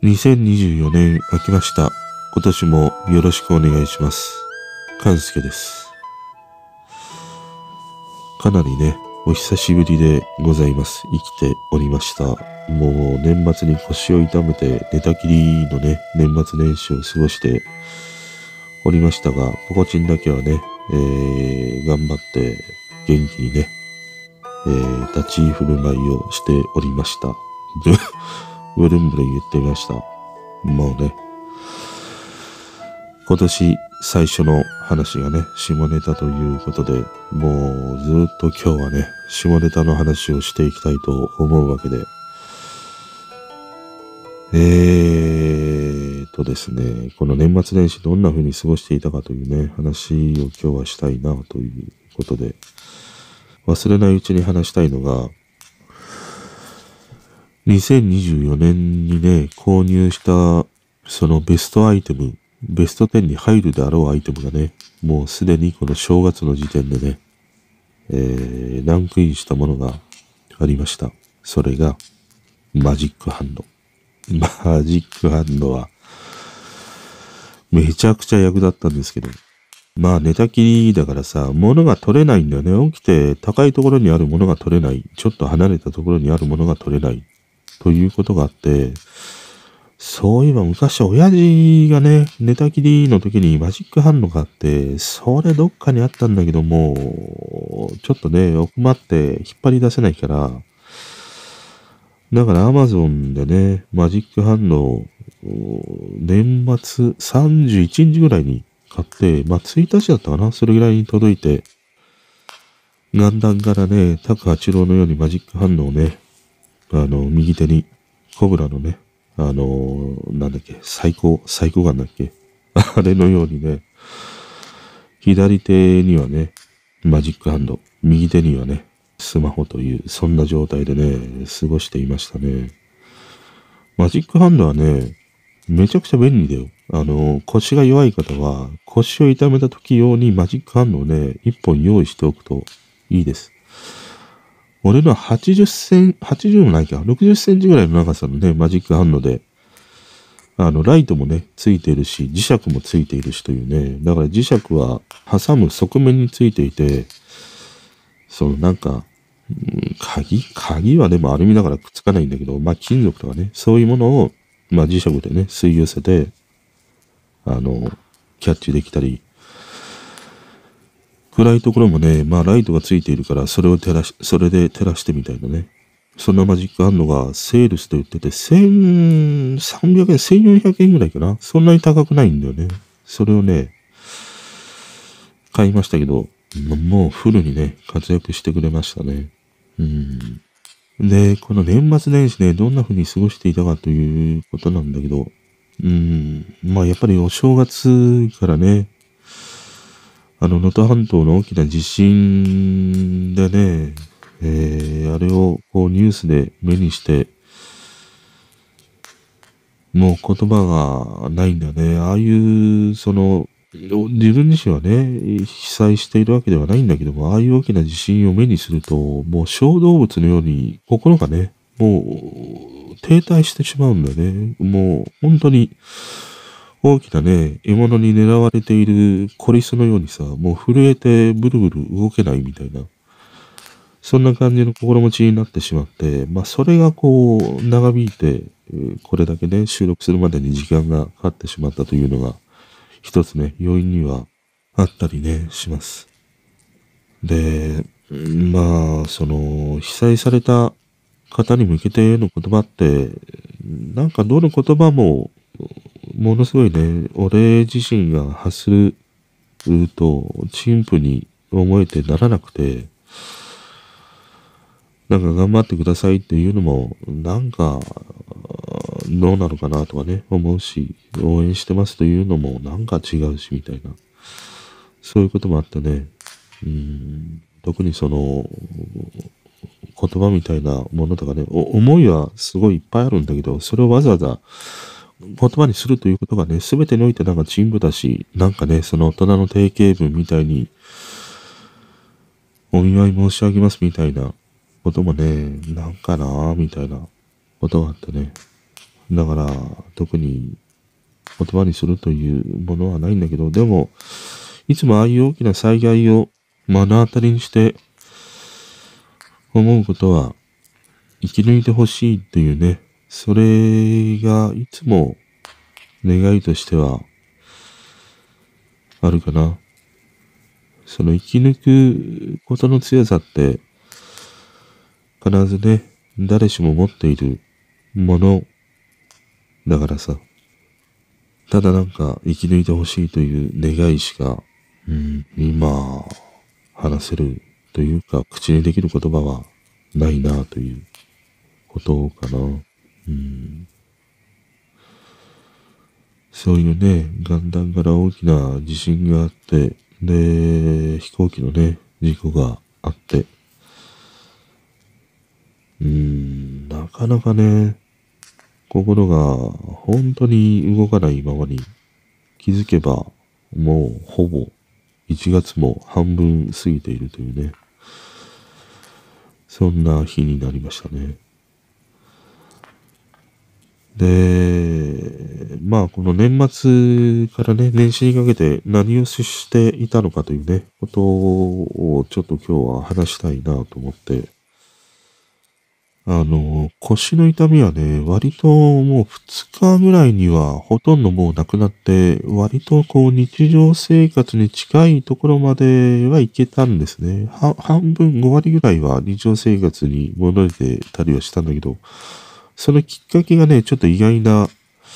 2024年明けました。今年もよろしくお願いします。勘介です。かなりね、お久しぶりでございます。生きておりました。もう年末に腰を痛めて寝たきりのね、年末年始を過ごしておりましたが、ポコチンだけはね、頑張って元気にね、立ち振る舞いをしておりました。ブルンブルン言ってみました。もうね、今年最初の話がね、下ネタということで、もうずっと今日はね、下ネタの話をしていきたいと思うわけで。ですね、この年末年始どんな風に過ごしていたかというね、話を今日はしたいなということで、忘れないうちに話したいのが、2024年にね、購入したそのベストアイテム、ベスト10に入るであろうアイテムがね、もうすでにこの正月の時点でね、ランクインしたものがありました。それが、マジックハンド。マジックハンドは、めちゃくちゃ役立ったんですけど、まあ寝たきりだからさ、物が取れないんだよね。起きて高いところにあるものが取れない。ちょっと離れたところにあるものが取れない。ということがあって、そういえば昔親父がね、寝たきりの時にマジックハンドがあって、それどっかにあったんだけども、ちょっとね、奥まって引っ張り出せないから、だから Amazon でね、マジックハンドを年末31日ぐらいに買って、まあ1日だったかな、それぐらいに届いて、元旦からね、拓八郎のようにマジックハンドをね、右手に、コブラのね、なんだっけ、サイコガンだっけあれのようにね、左手にはね、マジックハンド、右手にはね、スマホという、そんな状態でね、過ごしていましたね。マジックハンドはね、めちゃくちゃ便利だよ。腰が弱い方は、腰を痛めた時用にマジックハンドをね、一本用意しておくといいです。俺のは80もないか、60センチぐらいの長さのね、マジックハンドで、ライトもね、ついているし、磁石もついているしというね、だから磁石は挟む側面についていて、なんか、鍵はでもアルミだからくっつかないんだけど、まあ金属とかね、そういうものを、まあ磁石でね、吸い寄せて、キャッチできたり、暗いところもね、まあライトがついているから、それで照らしてみたいなね。そんなマジックハンドがセールスで売ってて、1300円、1400円ぐらいかな。そんなに高くないんだよね。それをね、買いましたけど、もうフルにね、活躍してくれましたね。で、この年末年始ね、どんな風に過ごしていたかということなんだけど、まあやっぱりお正月からね、能登半島の大きな地震でね、あれをこうニュースで目にして、もう言葉がないんだね。ああいう、自分自身はね、被災しているわけではないんだけども、ああいう大きな地震を目にすると、もう小動物のように心がね、もう停滞してしまうんだよね。もう本当に大きなね、獲物に狙われているコリスのようにさ、もう震えてブルブル動けないみたいな。そんな感じの心持ちになってしまって、まあそれがこう長引いて、これだけね、収録するまでに時間がかかってしまったというのが、一つね、要因にはあったりね、します。で、まあ、被災された方に向けての言葉って、なんかどの言葉も、ものすごいね、俺自身が発すると、陳腐に思えてならなくて、なんか頑張ってくださいっていうのも、なんか、どうなのかなとかね、思うし、応援してますというのもなんか違うし、みたいな。そういうこともあってね、特に言葉みたいなものとかね、思いはすごいいっぱいあるんだけど、それをわざわざ言葉にするということがね、すべてにおいてなんか陳腐だし、なんかね、その大人の定型文みたいに、お見舞い申し上げますみたいなこともね、なんかなぁ、みたいなことがあってね。 だから、特に言葉にするというものはないんだけど、でも、いつもああいう大きな災害を目の当たりにして思うことは、生き抜いてほしいっていうね、それがいつも願いとしてはあるかな。その生き抜くことの強さって、必ずね、誰しも持っているものだからさ、ただなんか生き抜いてほしいという願いしか、今話せるというか口にできる言葉はないなということかな。そういうね、元旦から大きな地震があって、で、飛行機のね、事故があって、なかなかね、心が本当に動かないままに気づけばもうほぼ1月も半分過ぎているというね、そんな日になりましたね。で、まあこの年末からね、年始にかけて何をしていたのかというね、ことをちょっと今日は話したいなと思って、腰の痛みはね、割ともう2日ぐらいにはほとんどもうなくなって、割とこう日常生活に近いところまではいけたんですね。半分5割ぐらいは日常生活に戻れてたりはしたんだけど、そのきっかけがね、ちょっと意外な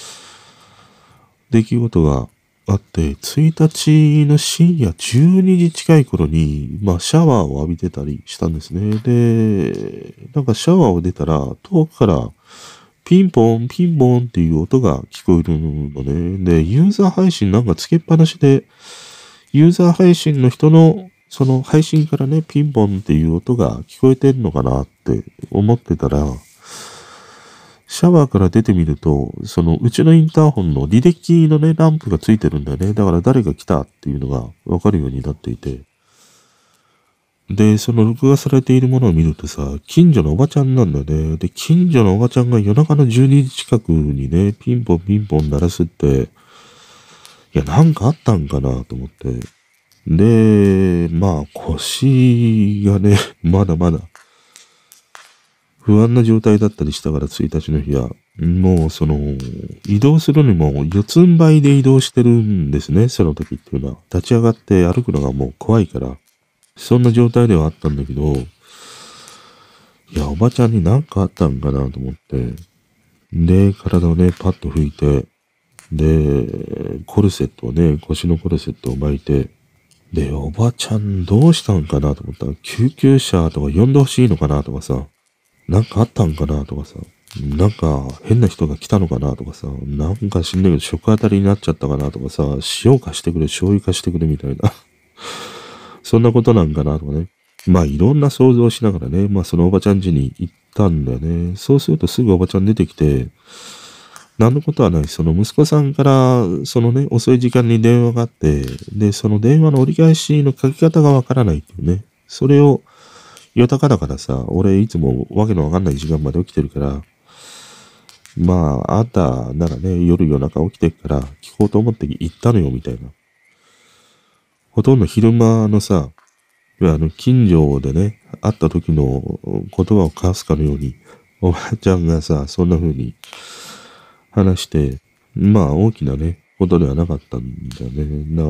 出来事があって、1日の深夜12時近い頃に、シャワーを浴びてたりしたんですね。で、なんかシャワーを出たら、遠くからピンポン、ピンポンっていう音が聞こえるのね。で、ユーザー配信なんかつけっぱなしで、ユーザー配信の人の、その配信からね、ピンポンっていう音が聞こえてんのかなって思ってたら、シャワーから出てみると、そのうちのインターホンの履歴のね、ランプがついてるんだよね。だから誰が来たっていうのがわかるようになっていて。で、その録画されているものを見るとさ、近所のおばちゃんなんだよね。で、近所のおばちゃんが夜中の12時近くにね、ピンポンピンポン鳴らすって、いや、なんかあったんかなと思って。で、腰がね、まだまだ不安な状態だったりしたから1日の日は、もう移動するにも四つん這いで移動してるんですね、その時っていうのは。立ち上がって歩くのがもう怖いから、そんな状態ではあったんだけど、いや、おばちゃんに何かあったんかなと思って、で、体をね、パッと拭いて、で、コルセットをね、腰のコルセットを巻いて、で、おばちゃんどうしたんかなと思ったら、救急車とか呼んでほしいのかなとかさ、なんかあったんかなとかさ、なんか変な人が来たのかなとかさ、なんか知んないけど食当たりになっちゃったかなとかさ、塩貸してくれ、醤油貸してくれみたいな。そんなことなんかなとかね。いろんな想像をしながらね、そのおばちゃん家に行ったんだよね。そうするとすぐおばちゃん出てきて、何のことはない。その息子さんから、そのね、遅い時間に電話があって、で、その電話の折り返しの書き方がわからないっていうね。それを、夜中だからさ、俺いつもわけのわかんない時間まで起きてるから、あんたならね、夜中起きてるから聞こうと思って行ったのよ、みたいな。ほとんど昼間のさ、近所でね、会った時の言葉を交わすかのように、おばあちゃんがさ、そんな風に話して、大きなね、ことではなかったんだよね。だから、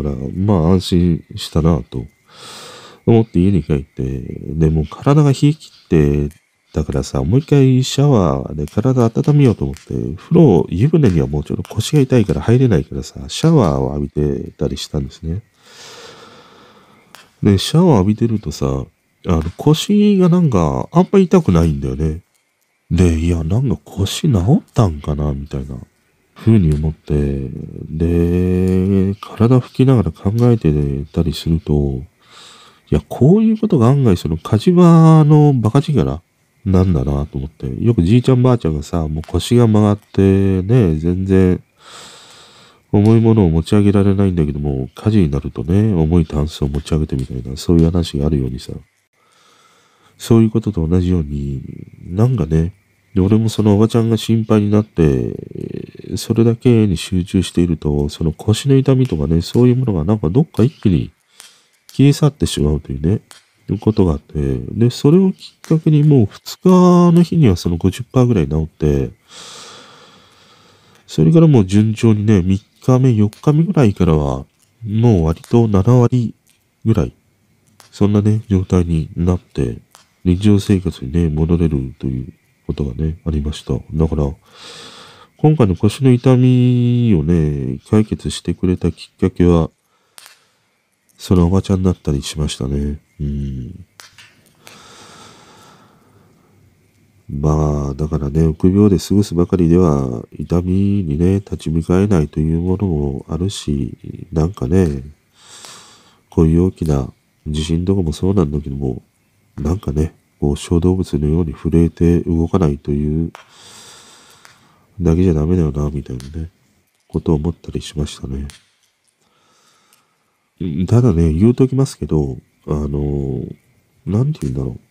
安心したなと思って家に帰って、で、もう体が冷え切ってたからさ、もう一回シャワーで体温めようと思って、湯船にはもうちょっと腰が痛いから入れないからさ、シャワーを浴びてたりしたんですね。で、シャワー浴びてるとさ、腰がなんかあんま痛くないんだよね。で、いや、なんか腰治ったんかなみたいな風に思って、で、体拭きながら考えてたりすると、いや、こういうことが案外その火事場のバカ力なんだなと思って。よくじいちゃんばあちゃんがさ、もう腰が曲がってね、全然重いものを持ち上げられないんだけども、火事になるとね、重いタンスを持ち上げてみたいな、そういう話があるようにさ。そういうことと同じように、なんかね、 で、俺もそのおばちゃんが心配になって、それだけに集中していると、その腰の痛みとかね、そういうものがなんかどっか一気に消え去ってしまうというね、いうことがあって、で、それをきっかけにもう2日の日にはその 50% ぐらい治って、それからもう順調にね、3日目、4日目ぐらいからは、もう割と7割ぐらい、そんなね、状態になって、日常生活にね、戻れるということがね、ありました。だから、今回の腰の痛みをね、解決してくれたきっかけは、そのおばちゃんだったりしましたね。まあ、だからね、臆病で過ごすばかりでは、痛みにね、立ち向かえないというものもあるし、なんかね、こういう大きな地震とかもそうなんだけども、なんかね、こう小動物のように震えて動かないというだけじゃダメだよな、みたいなね、ことを思ったりしましたね。ただね、言うときますけど、なんて言うんだろう。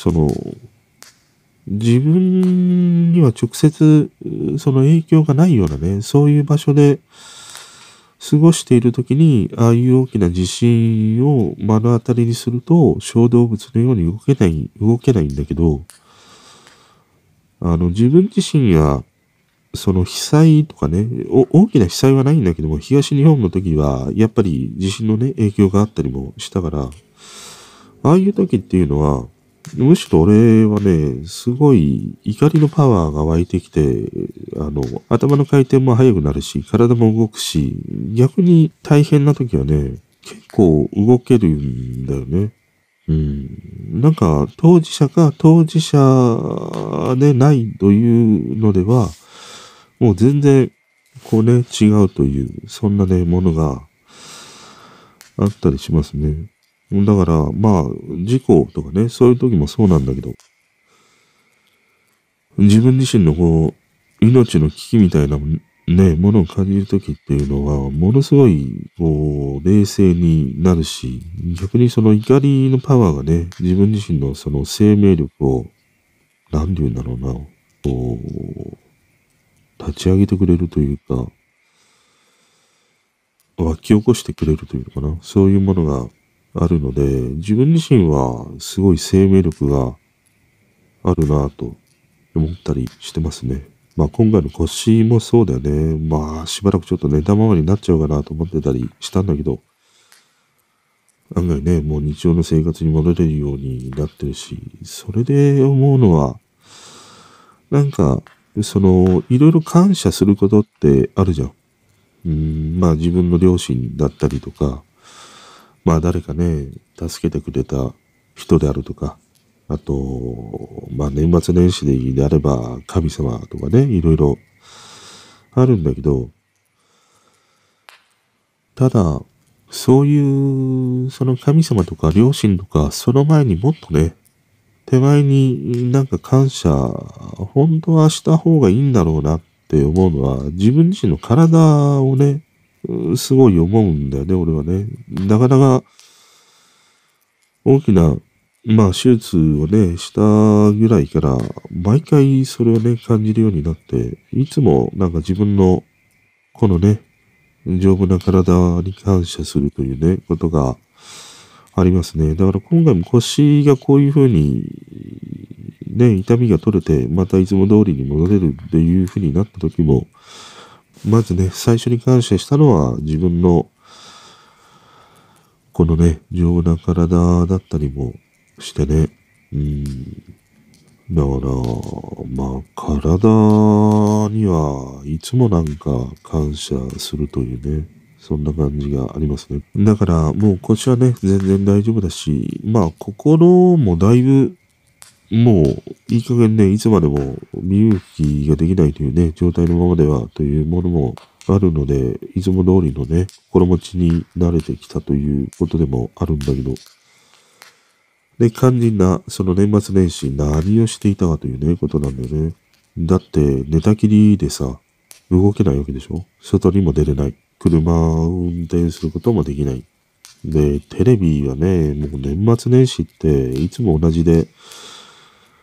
自分には直接、その影響がないようなね、そういう場所で過ごしているときに、ああいう大きな地震を目の当たりにすると、小動物のように動けないんだけど、自分自身や、その被災とかね、大きな被災はないんだけども、東日本の時は、やっぱり地震のね、影響があったりもしたから、ああいう時っていうのは、むしろ俺はね、すごい怒りのパワーが湧いてきて、頭の回転も速くなるし、体も動くし、逆に大変な時はね、結構動けるんだよね。なんか、当事者か当事者でないというのでは、もう全然、こうね、違うという、そんなね、ものがあったりしますね。だから、まあ、事故とかね、そういう時もそうなんだけど、自分自身のこう、命の危機みたいなね、ものを感じる時っていうのは、ものすごい、こう、冷静になるし、逆にその怒りのパワーがね、自分自身のその生命力を、なんて言うんだろうな、こう、立ち上げてくれるというか、湧き起こしてくれるというのかな。そういうものがあるので、自分自身はすごい生命力があるなぁと思ったりしてますね。まあ今回の腰もそうだよね。まあしばらくちょっと寝たままになっちゃうかなと思ってたりしたんだけど、案外ね、もう日常の生活に戻れるようになってるし、それで思うのは、なんか、いろいろ感謝することってあるじゃん。まあ自分の両親だったりとか、まあ誰かね、助けてくれた人であるとか、あと、まあ年末年始であれば神様とかね、いろいろあるんだけど、ただ、そういう、その神様とか両親とか、その前にもっとね、手前になんか感謝、本当はした方がいいんだろうなって思うのは、自分自身の体をね、すごい思うんだよね、俺はね。なかなか大きな、まあ手術をね、したぐらいから、毎回それをね、感じるようになって、いつもなんか自分の、このね、丈夫な体に感謝するというね、ことがありますね。だから今回も腰がこういうふうに、ね、痛みが取れて、またいつも通りに戻れるっていうふうになった時も、まずね、最初に感謝したのは自分の、このね、丈夫な体だったりもしてね。だから、まあ、体にはいつもなんか感謝するというね、そんな感じがありますね。だから、もう腰はね、全然大丈夫だし、まあ、心もだいぶ、もう、いい加減ね、いつまでも身動きができないというね、状態のままではというものもあるので、いつも通りのね、心持ちに慣れてきたということでもあるんだけど、で、肝心な、その年末年始何をしていたかというね、ことなんだよね。だって、寝たきりでさ、動けないわけでしょ？外にも出れない。車を運転することもできない。で、テレビはね、もう年末年始っていつも同じで、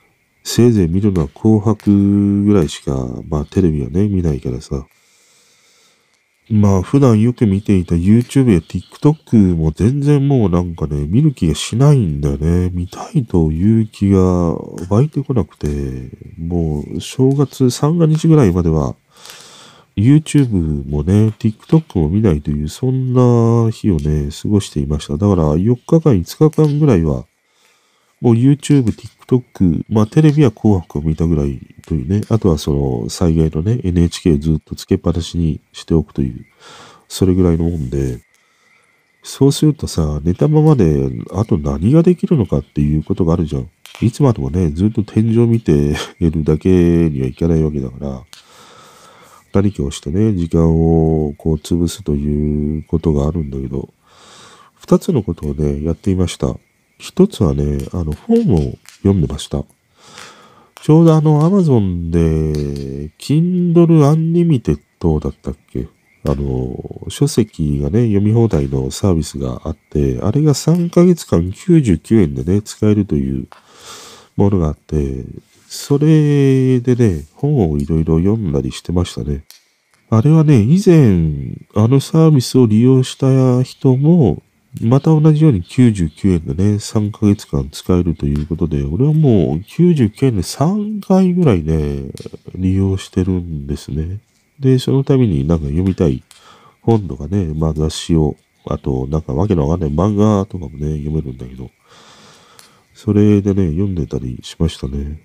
せいぜい見るのは紅白ぐらいしか、まあテレビはね、見ないからさ。まあ普段よく見ていた YouTube や TikTok も全然もうなんかね、見る気がしないんだよね。見たいという気が湧いてこなくて、もう正月三が日ぐらいまでは YouTube もね、TikTok も見ないという、そんな日をね、過ごしていました。だから4日間、5日間ぐらいは、もう YouTube、TikTok、まあテレビは紅白を見たぐらいというね、あとはその災害のね、NHK をずっとつけっぱなしにしておくという、それぐらいのもんで、そうするとさ、寝たままで、あと何ができるのかっていうことがあるじゃん。いつまでもね、ずっと天井見ているだけにはいけないわけだから、何かをしてね、時間をこう潰すということがあるんだけど、二つのことをね、やっていました。一つはね、本を読んでました。ちょうどAmazon で、Kindle Unlimited だったっけ、書籍がね、読み放題のサービスがあって、あれが3ヶ月間99円でね、使えるというものがあって、それでね、本をいろいろ読んだりしてましたね。あれはね、以前、あのサービスを利用した人も、また同じように99円でね、3ヶ月間使えるということで、俺はもう99円で3回ぐらいね、利用してるんですね。で、その度になんか読みたい本とかね、まあ雑誌を、あとなんかわけのわかんない漫画とかもね、読めるんだけど、それでね、読んでたりしましたね。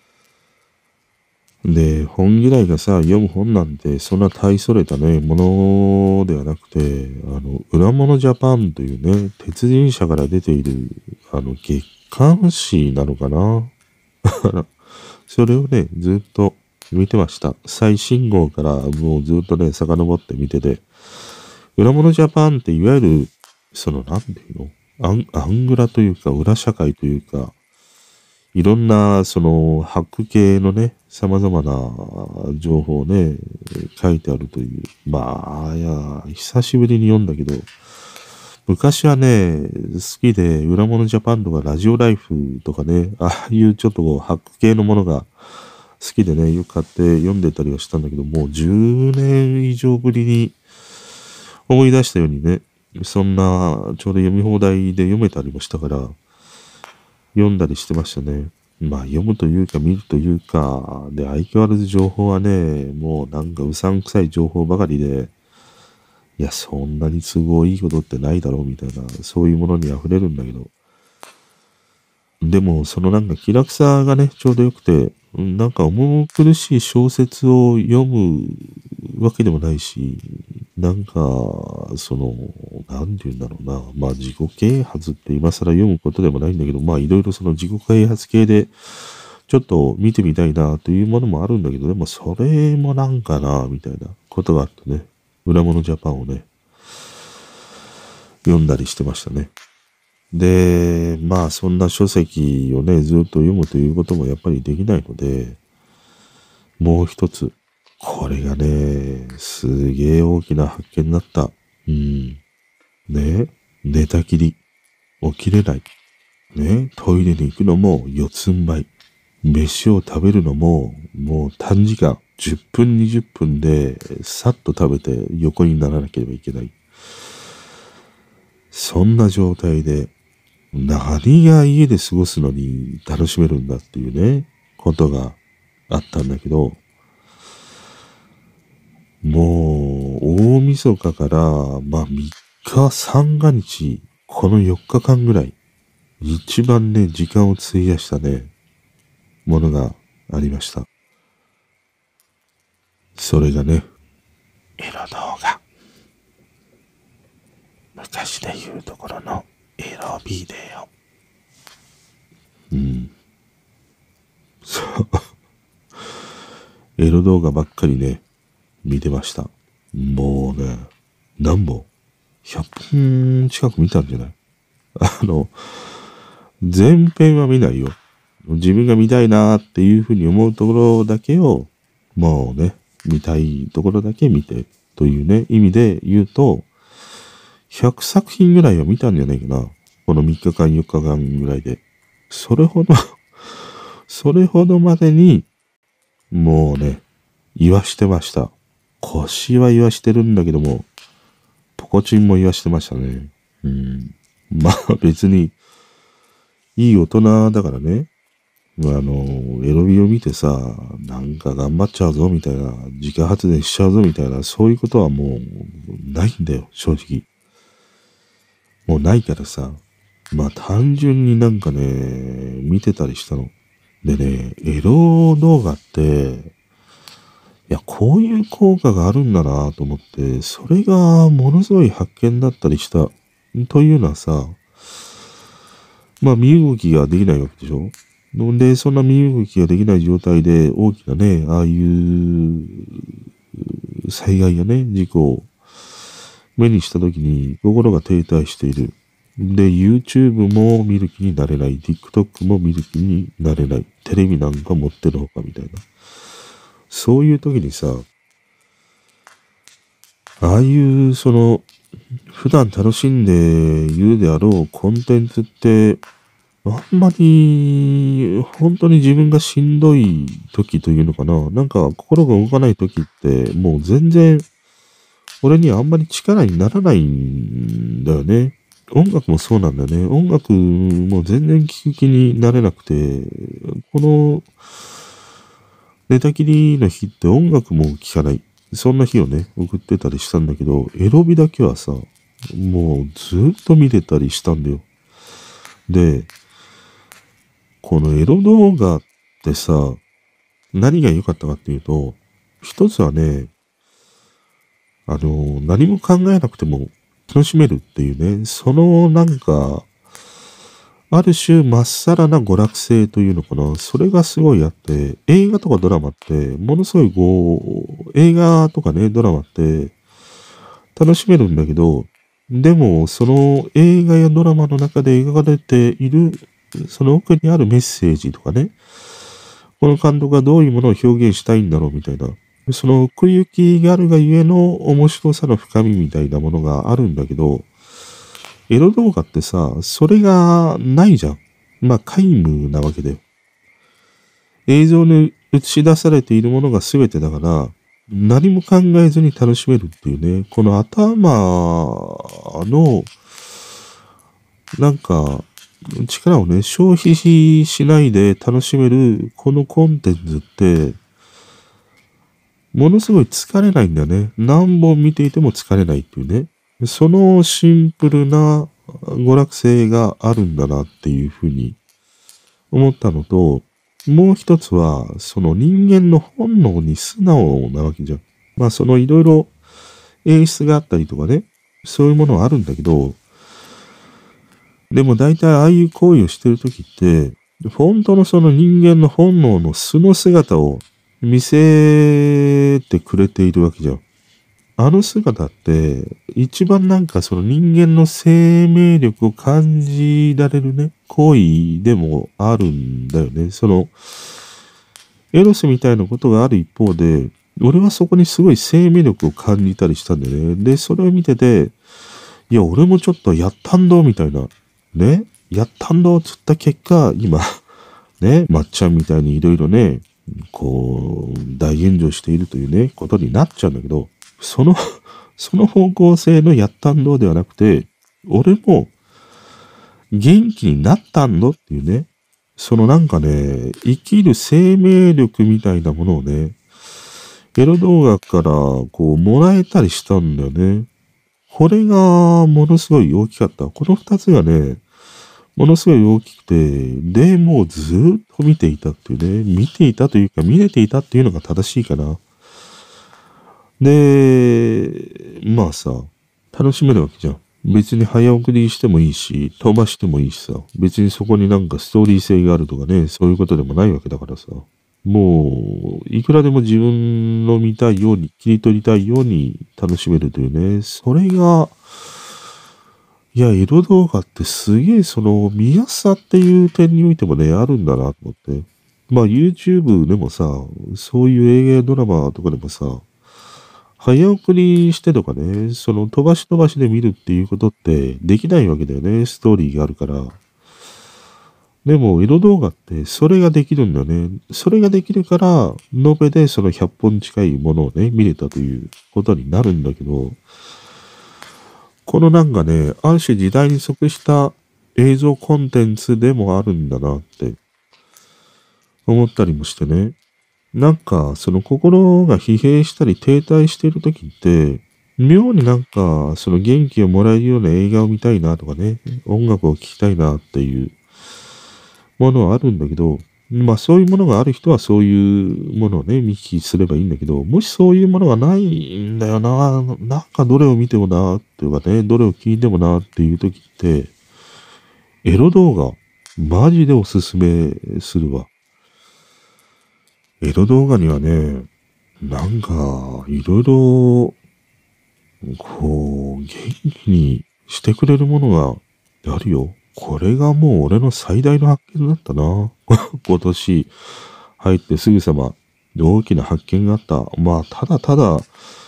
で、本嫌いがさ、読む本なんて、そんな大それたね、ものではなくて、裏物ジャパンというね、鉄人社から出ている、月刊誌なのかなそれをね、ずっと見てました。最新号からもうずっとね、遡って見てて、裏物ジャパンっていわゆる、なんていうの、アングラというか、裏社会というか、いろんな、ハック系のね、様々な情報をね、書いてあるという。まあ、久しぶりに読んだけど、昔はね、好きで、裏物ジャパンとかラジオライフとかね、ああいうちょっとハック系のものが好きでね、よく買って読んでたりはしたんだけど、もう10年以上ぶりに思い出したようにね、そんな、ちょうど読み放題で読めたりもしたから、読んだりしてましたね。まあ読むというか見るというか、で、相変わらず情報はね、もうなんかうさんくさい情報ばかりで、いや、そんなに都合いいことってないだろうみたいな、そういうものに溢れるんだけど。でも、そのなんか気楽さがね、ちょうどよくて、なんか重苦しい小説を読むわけでもないし、なんか、なんて言うんだろうな。まあ、自己啓発って今更読むことでもないんだけど、まあ、いろいろその自己啓発系で、ちょっと見てみたいなというものもあるんだけど、でもそれもなんかな、みたいなことがあってね。裏物ジャパンをね、読んだりしてましたね。で、まあそんな書籍をね、ずっと読むということもやっぱりできないので、もう一つ、これがね、すげえ大きな発見だった。ね、寝たきり、起きれない。ね、トイレに行くのも四つん這い。飯を食べるのも、もう短時間、10分20分で、さっと食べて横にならなければいけない。そんな状態で、何が家で過ごすのに楽しめるんだっていうね、ことがあったんだけど、もう、大晦日から、まあ3日三が日、この4日間ぐらい、一番ね、時間を費やしたね、ものがありました。それがね、エロ動画。昔で言うところのエロビデオ。そう。エロ動画ばっかりね、見てました。もうね、何本 ?100 本近く見たんじゃない？全編は見ないよ。自分が見たいなーっていうふうに思うところだけを、もうね、見たいところだけ見て、というね、意味で言うと、100作品ぐらいは見たんじゃないかな。この3日間、4日間ぐらいで。それほどそれほどまでに、もうね、言わしてました。腰は言わしてるんだけども、ポコチンも言わしてましたね。まあ別に、いい大人だからね。エロビを見てさ、なんか頑張っちゃうぞみたいな、自家発電しちゃうぞみたいな、そういうことはもうないんだよ、正直。もうないからさ。まあ単純になんかね、見てたりしたの。でね、エロ動画って、いや、こういう効果があるんだなと思って、それがものすごい発見だったりした。というのはさ、まあ身動きができないわけでしょ。で、そんな身動きができない状態で大きなね、ああいう災害やね、事故を目にした時に心が停滞している。で、YouTube も見る気になれない。TikTok も見る気になれない。テレビなんか持ってるほかみたいな。そういう時にさ、ああいう普段楽しんでいるであろうコンテンツって、あんまり、本当に自分がしんどい時というのかな。なんか心が動かない時って、もう全然、俺にはあんまり力にならないんだよね。音楽もそうなんだよね。音楽も全然聴く気になれなくて、この寝たきりの日って音楽も聴かない。そんな日をね、送ってたりしたんだけど、エロビだけはさ、もうずっと見てたりしたんだよ。で、このエロ動画ってさ、何が良かったかっていうと、一つはね、何も考えなくても楽しめるっていうね、なんか、ある種まっさらな娯楽性というのかな、それがすごいあって、映画とかドラマって、ものすごい映画とかね、ドラマって楽しめるんだけど、でも、その映画やドラマの中で描かれている、その奥にあるメッセージとかね、この監督がどういうものを表現したいんだろうみたいな、その奥行きがあるがゆえの面白さの深みみたいなものがあるんだけど、エロ動画ってさ、それがないじゃん。まあ、皆無なわけだよ。映像に映し出されているものが全てだから、何も考えずに楽しめるっていうね、この頭の、なんか、力をね、消費しないで楽しめる、このコンテンツって、ものすごい疲れないんだよね。何本見ていても疲れないっていうね。そのシンプルな娯楽性があるんだなっていうふうに思ったのと、もう一つは、その人間の本能に素直なわけじゃん。まあいろいろ演出があったりとかね、そういうものはあるんだけど、でも大体ああいう行為をしてるときって、本当のその人間の本能の素の姿を見せてくれているわけじゃん。あの姿って、一番なんかその人間の生命力を感じられるね、行為でもあるんだよね。エロスみたいなことがある一方で、俺はそこにすごい生命力を感じたりしたんだよね。で、それを見てて、いや、俺もちょっとやったんだ、みたいな。ね、やったんだ、つった結果、今、ね、まっちゃんみたいにいろいろね、大炎上しているというね、ことになっちゃうんだけど、その方向性のやったんどではなくて、俺も元気になったんだっていうね、なんかね、生きる生命力みたいなものをね、エロ動画からもらえたりしたんだよね。これがものすごい大きかった。この二つがね、ものすごい大きくて、で、もうずーっと見ていたっていうね、見ていたというか見れていたっていうのが正しいかな。で、まあさ、楽しめるわけじゃん。別に早送りしてもいいし、飛ばしてもいいしさ、別にそこになんかストーリー性があるとかね、そういうことでもないわけだからさ、もう、いくらでも自分の見たいように、切り取りたいように楽しめるというね、それが、いや、エロ動画ってすげえ見やすさっていう点においてもね、あるんだなと思って。まあ YouTube でもさ、そういう映画やドラマとかでもさ、早送りしてとかね、飛ばし飛ばしで見るっていうことってできないわけだよね。ストーリーがあるから。 でも、エロ動画ってそれができるんだよね。それができるから、延べでその100本近いものをね、見れたということになるんだけど、このなんかね、ある種時代に即した映像コンテンツでもあるんだなって思ったりもしてね。なんか、その心が疲弊したり停滞している時って、妙になんか、その元気をもらえるような映画を見たいなとかね、音楽を聴きたいなっていうものはあるんだけど、まあそういうものがある人はそういうものをね、見聞きすればいいんだけど、もしそういうものがないんだよな、なんかどれを見てもな、っていうかね、どれを聞いてもなっていう時って、エロ動画、マジでおすすめするわ。エロ動画にはね、なんか、いろいろ、こう、元気にしてくれるものがあるよ。これがもう俺の最大の発見だったな。今年入ってすぐさま大きな発見があった。まあ、ただただ、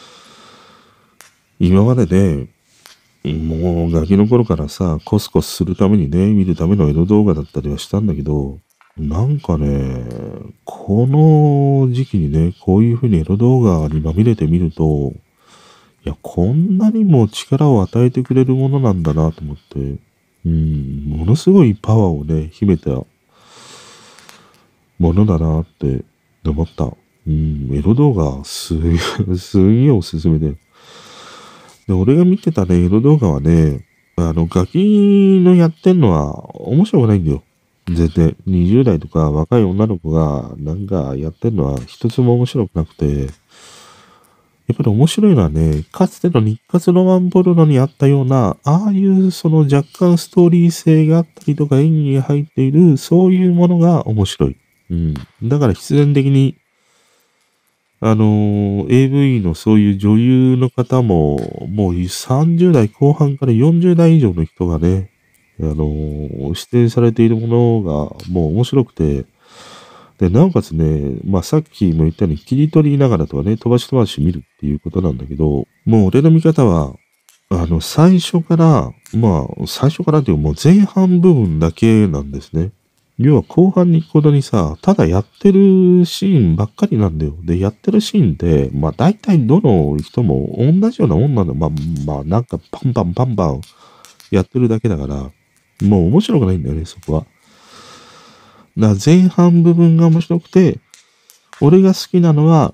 今までね、もうガキの頃からさ、コスコスするためにね、見るためのエロ動画だったりはしたんだけど、なんかね、この時期にね、こういう風にエロ動画にまみれてみると、いや、こんなにも力を与えてくれるものなんだなと思って、ものすごいパワーをね、秘めたものだなって思った。エロ動画すげえおすすめで。で、俺が見てたね、エロ動画はね、ガキのやってんのは面白くないんだよ。全然。20代とか若い女の子がなんかやってんのは一つも面白くなくて、やっぱり面白いのはね、かつての日活ロマンポルノにあったような、ああいうその若干ストーリー性があったりとか演技が入っている、そういうものが面白い。だから必然的に、AV のそういう女優の方も、もう30代後半から40代以上の人がね、出演されているものがもう面白くて、で、なおかつね、まあさっきも言ったように切り取りながらとかね、飛ばし飛ばし見るっていうことなんだけど、もう俺の見方は、最初から、最初からっていうかもう前半部分だけなんですね。要は後半に行くほどにさ、ただやってるシーンばっかりなんだよ。で、やってるシーンって、まあ大体どの人も同じようなもんなんだよ。なんかパンパンパンパンやってるだけだから、もう面白くないんだよね、そこは。前半部分が面白くて、俺が好きなのは、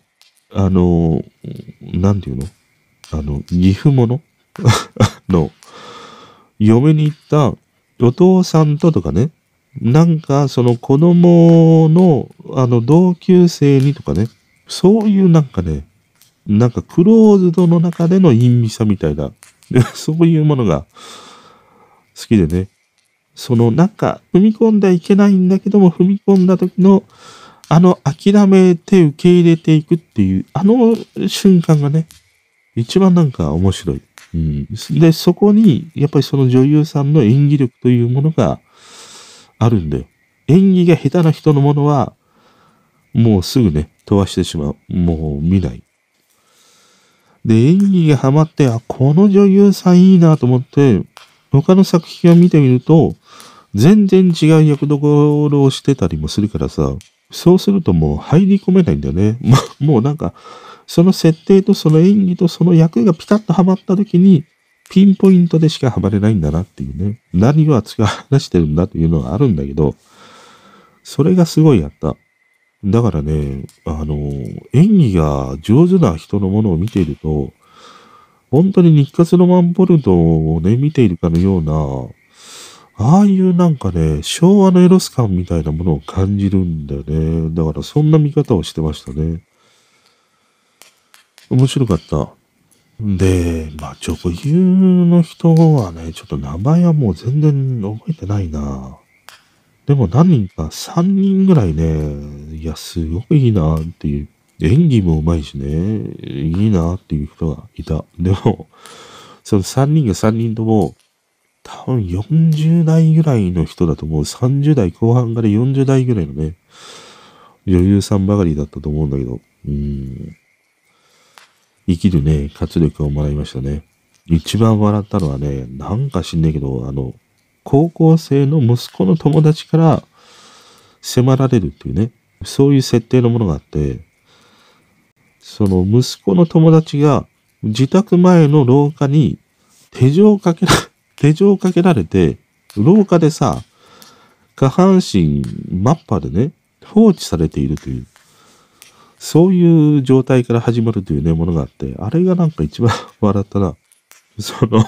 なんていうの義父者の、嫁に行ったお父さんとかね、なんかその子供の同級生にとかね、そういうなんかね、なんかクローズドの中での陰微さみたいな、そういうものが好きでね、そのなんか踏み込んではいけないんだけども、踏み込んだ時の諦めて受け入れていくっていう、瞬間がね、一番なんか面白い。で、そこに、やっぱりその女優さんの演技力というものがあるんだよ。演技が下手な人のものは、もうすぐね、飛ばしてしまう。もう見ない。で、演技がハマって、この女優さんいいなと思って、他の作品を見てみると、全然違う役どころをしてたりもするからさ、そうするともう入り込めないんだよね。もうなんか、その設定とその演技とその役がピタッとハマった時に、ピンポイントでしかハマれないんだなっていうね。何を話してるんだというのはあるんだけど、それがすごいやった。だからね、演技が上手な人のものを見ていると、本当に日活ロマンポルノをね、見ているかのような、ああいうなんかね、昭和のエロス感みたいなものを感じるんだよね。だからそんな見方をしてましたね。面白かった。で、女優の人はね、ちょっと名前はもう全然覚えてないな。でも何人か、3人ぐらいね、いや、すごくいいなっていう。演技も上手いしね、いいなっていう人がいた。でも、その3人が3人とも、多分40代ぐらいの人だと思う。30代後半から40代ぐらいのね、女優さんばかりだったと思うんだけど、生きるね、活力をもらいましたね。一番笑ったのはね、なんか知んないけど、高校生の息子の友達から、 迫られるっていうね、そういう設定のものがあって、その息子の友達が自宅前の廊下に手錠をかけられて、廊下でさ、下半身マッパでね、放置されているという、そういう状態から始まるというね、ものがあって、あれがなんか一番笑ったな。その、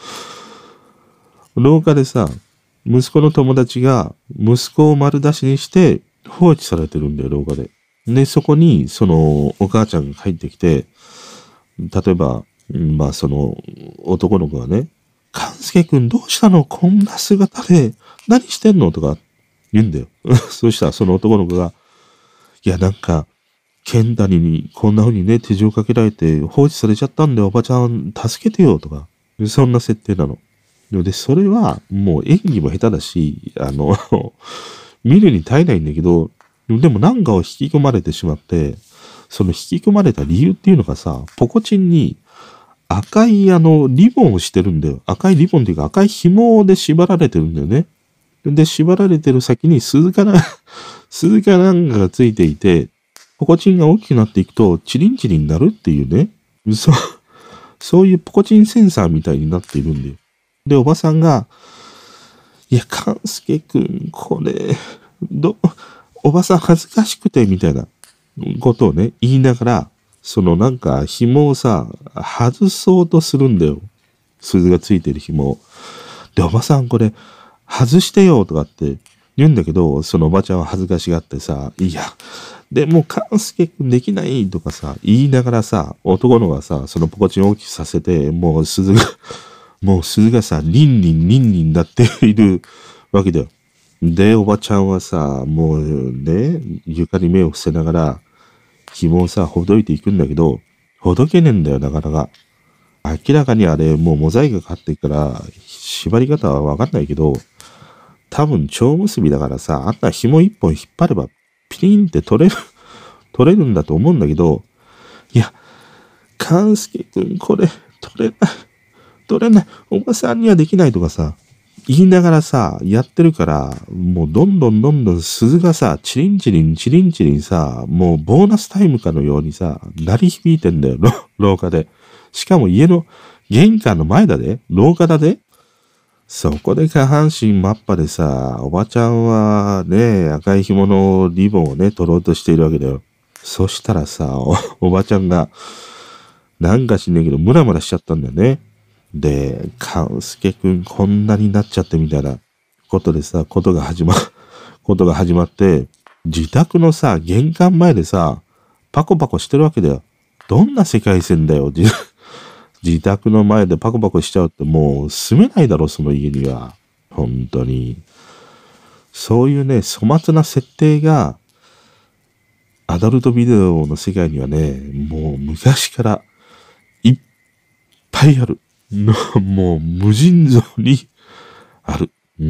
廊下でさ、息子の友達が息子を丸出しにして放置されてるんだよ、廊下で。で、そこに、その、お母ちゃんが帰ってきて、例えば、まあ、その、男の子がね、勘介くんどうしたのこんな姿で、何してんのとか言うんだよ。そしたらその男の子が、いや、なんか、ケンタにこんな風にね、手錠かけられて放置されちゃったんで、おばちゃん助けてよとか、そんな設定なの。で、それはもう演技も下手だし、見るに耐えないんだけど、でもなんかを引き込まれてしまって、その引き込まれた理由っていうのがさ、ポコチンに赤いリボンをしてるんだよ。赤いリボンっていうか赤い紐で縛られてるんだよね。で、縛られてる先に鈴かなんかがついていて、ポコチンが大きくなっていくと、チリンチリンになるっていうね。そういうポコチンセンサーみたいになっているんだよ。で、おばさんが、いや、勘介くん、これ、おばさん恥ずかしくて、みたいなことをね、言いながら、そのなんか紐をさ、外そうとするんだよ。鈴がついてる紐を。で、おばさんこれ、外してよとかって言うんだけど、そのおばちゃんは恥ずかしがってさ、いや、でも勘介くんできないとかさ、言いながらさ、男のがさ、そのポコチンを大きくさせて、もう鈴がさ、リンリンリンリンなっているわけだよ。で、おばちゃんはさ、もうね、床に目を伏せながら、紐をさ、ほどいていくんだけど、ほどけねえんだよ、なかなか。明らかにあれ、もうモザイクがかかってるから、縛り方はわかんないけど、多分、蝶結びだからさ、あんな紐一本引っ張れば、ピリンって取れるんだと思うんだけど、いや、勘介くん、これ、取れない、おばさんにはできないとかさ、言いながらさ、やってるから、もうどんどん鈴がさ、チリンチリンさ、もうボーナスタイムかのようにさ、鳴り響いてんだよ、廊下で。しかも家の玄関の前だで、廊下だで。そこで下半身マッパでさ、おばちゃんはね、赤い紐のリボンをね、取ろうとしているわけだよ。そしたらさ、おばちゃんが、なんかしんねえけど、ムラムラしちゃったんだよね。で、勘介くんこんなになっちゃってみたいなことでさ、ことが始まって、自宅のさ、玄関前でさ、パコパコしてるわけだよ。どんな世界線だよ。自宅の前でパコパコしちゃうってもう住めないだろ、その家には。本当に。そういうね、粗末な設定が、アダルトビデオの世界にはね、もう昔からいっぱいある。もう無尽蔵にある。うん。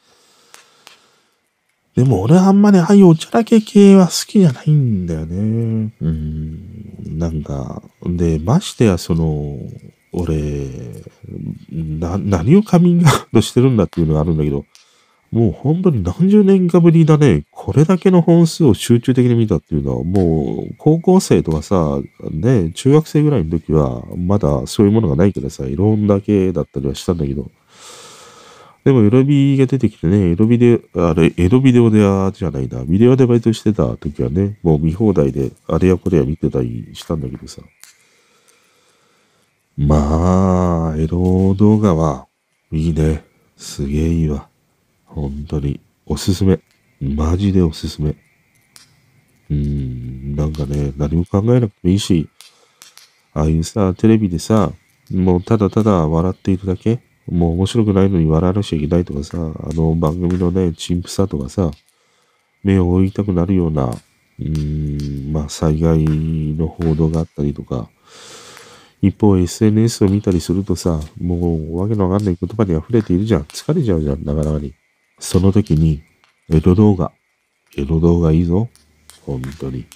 でも俺はあんまりああいうおちゃらけ系は好きじゃないんだよね。なんか、で、ましてや俺、何をカミングアウトしてるんだっていうのがあるんだけど、もう本当に何十年かぶりだね。これだけの本数を集中的に見たっていうのは、もう高校生とかさ、ね、中学生ぐらいの時は、まだそういうものがないからさ、いろんだけだったりはしたんだけど、でもエロビが出てきてね、エロビデオでじゃないな、ビデオでバイトしてた時はね、もう見放題であれやこれや見てたりしたんだけどさ。まあ、エロ動画はいいね。すげえいいわ。本当に。おすすめ。マジでおすすめ。なんかね、何も考えなくてもいいし、ああいうさ、テレビでさ、もうただただ笑っているだけ、もう面白くないのに笑わなきゃいけないとかさ、あの番組のね、陳腐さとかさ、目を覆いたくなるような、まあ災害の報道があったりとか、一方 SNS を見たりするとさ、もうわけのわかんない言葉に溢れているじゃん。疲れちゃうじゃん、なかなかに。その時に、エロ動画いいぞ。本当に。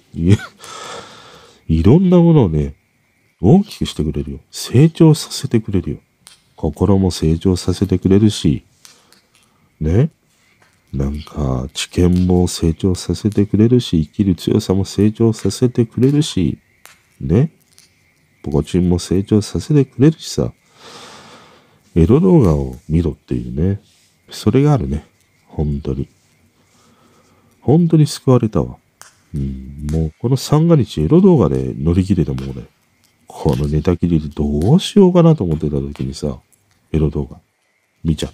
いろんなものをね、大きくしてくれるよ。成長させてくれるよ。心も成長させてくれるし、ね。 なんか、知見も成長させてくれるし、生きる強さも成長させてくれるし、ね。ポコチンも成長させてくれるしさ、エロ動画を見ろっていうね。それがあるね。本当に。本当に救われたわ。もうこの三が日エロ動画で乗り切れたもん俺。このネタ切りでどうしようかなと思ってた時にさ、エロ動画見ちゃった。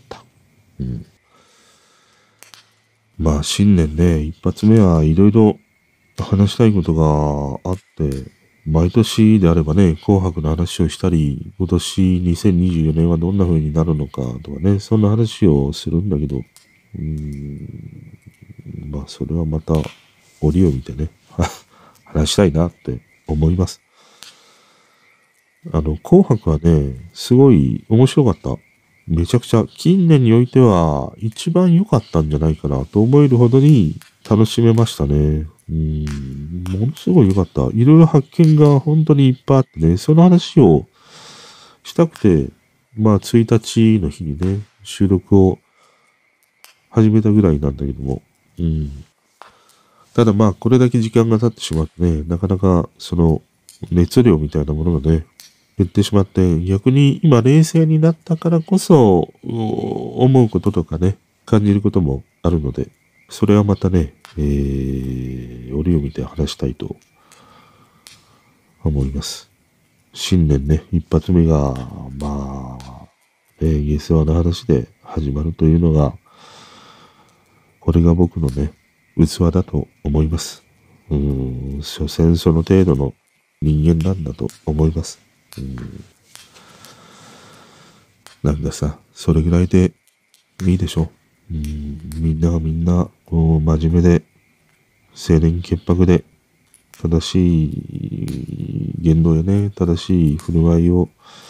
まあ新年ね、一発目はいろいろ話したいことがあって、毎年であればね、紅白の話をしたり、今年2024年はどんな風になるのかとかね、そんな話をするんだけど、まあそれはまた折を見てね、話したいなって思います。紅白はね、すごい面白かった。めちゃくちゃ近年においては一番良かったんじゃないかなと思えるほどに楽しめましたね。ものすごい良かった。いろいろ発見が本当にいっぱいあってね、その話をしたくて、まあ1日の日にね、収録を始めたぐらいなんだけども、ただまあこれだけ時間が経ってしまってね、なかなかその熱量みたいなものがね、減ってしまって、逆に今冷静になったからこそ、思うこととかね、感じることもあるので、それはまたね、折を見て話したいと思います。新年ね、一発目が、まあ、下世話な話で始まるというのが、これが僕のね、器だと思います。所詮その程度の人間なんだと思います。なんかさ、それぐらいでいいでしょ。みんながみんな、こう、真面目で、清廉潔白で、正しい言動やね、正しい振る舞いを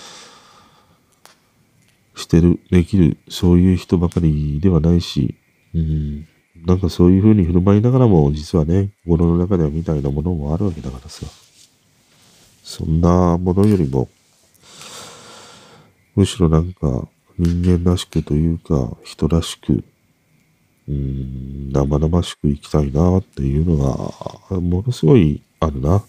できる、そういう人ばかりではないし、なんかそういう風に振る舞いながらも、実はね、心の中ではみたいなものもあるわけだからさ。そんなものよりも、むしろなんか人間らしくというか、人らしく、生々しく生きたいなっていうのが、ものすごいあるな。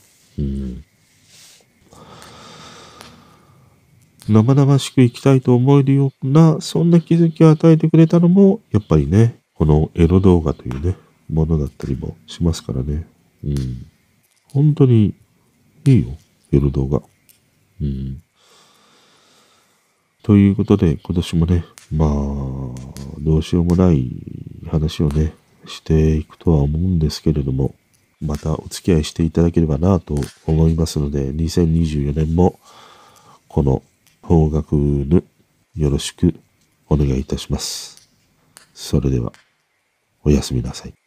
生々しく生きたいと思えるような、そんな気づきを与えてくれたのも、やっぱりね、このエロ動画というね、ものだったりもしますからね。本当にいいよ、エロ動画。ということで、今年もね、まあ、どうしようもない話をね、していくとは思うんですけれども、またお付き合いしていただければなと思いますので、2024年も、この方角ぬよろしくお願いいたします。それでは、おやすみなさい。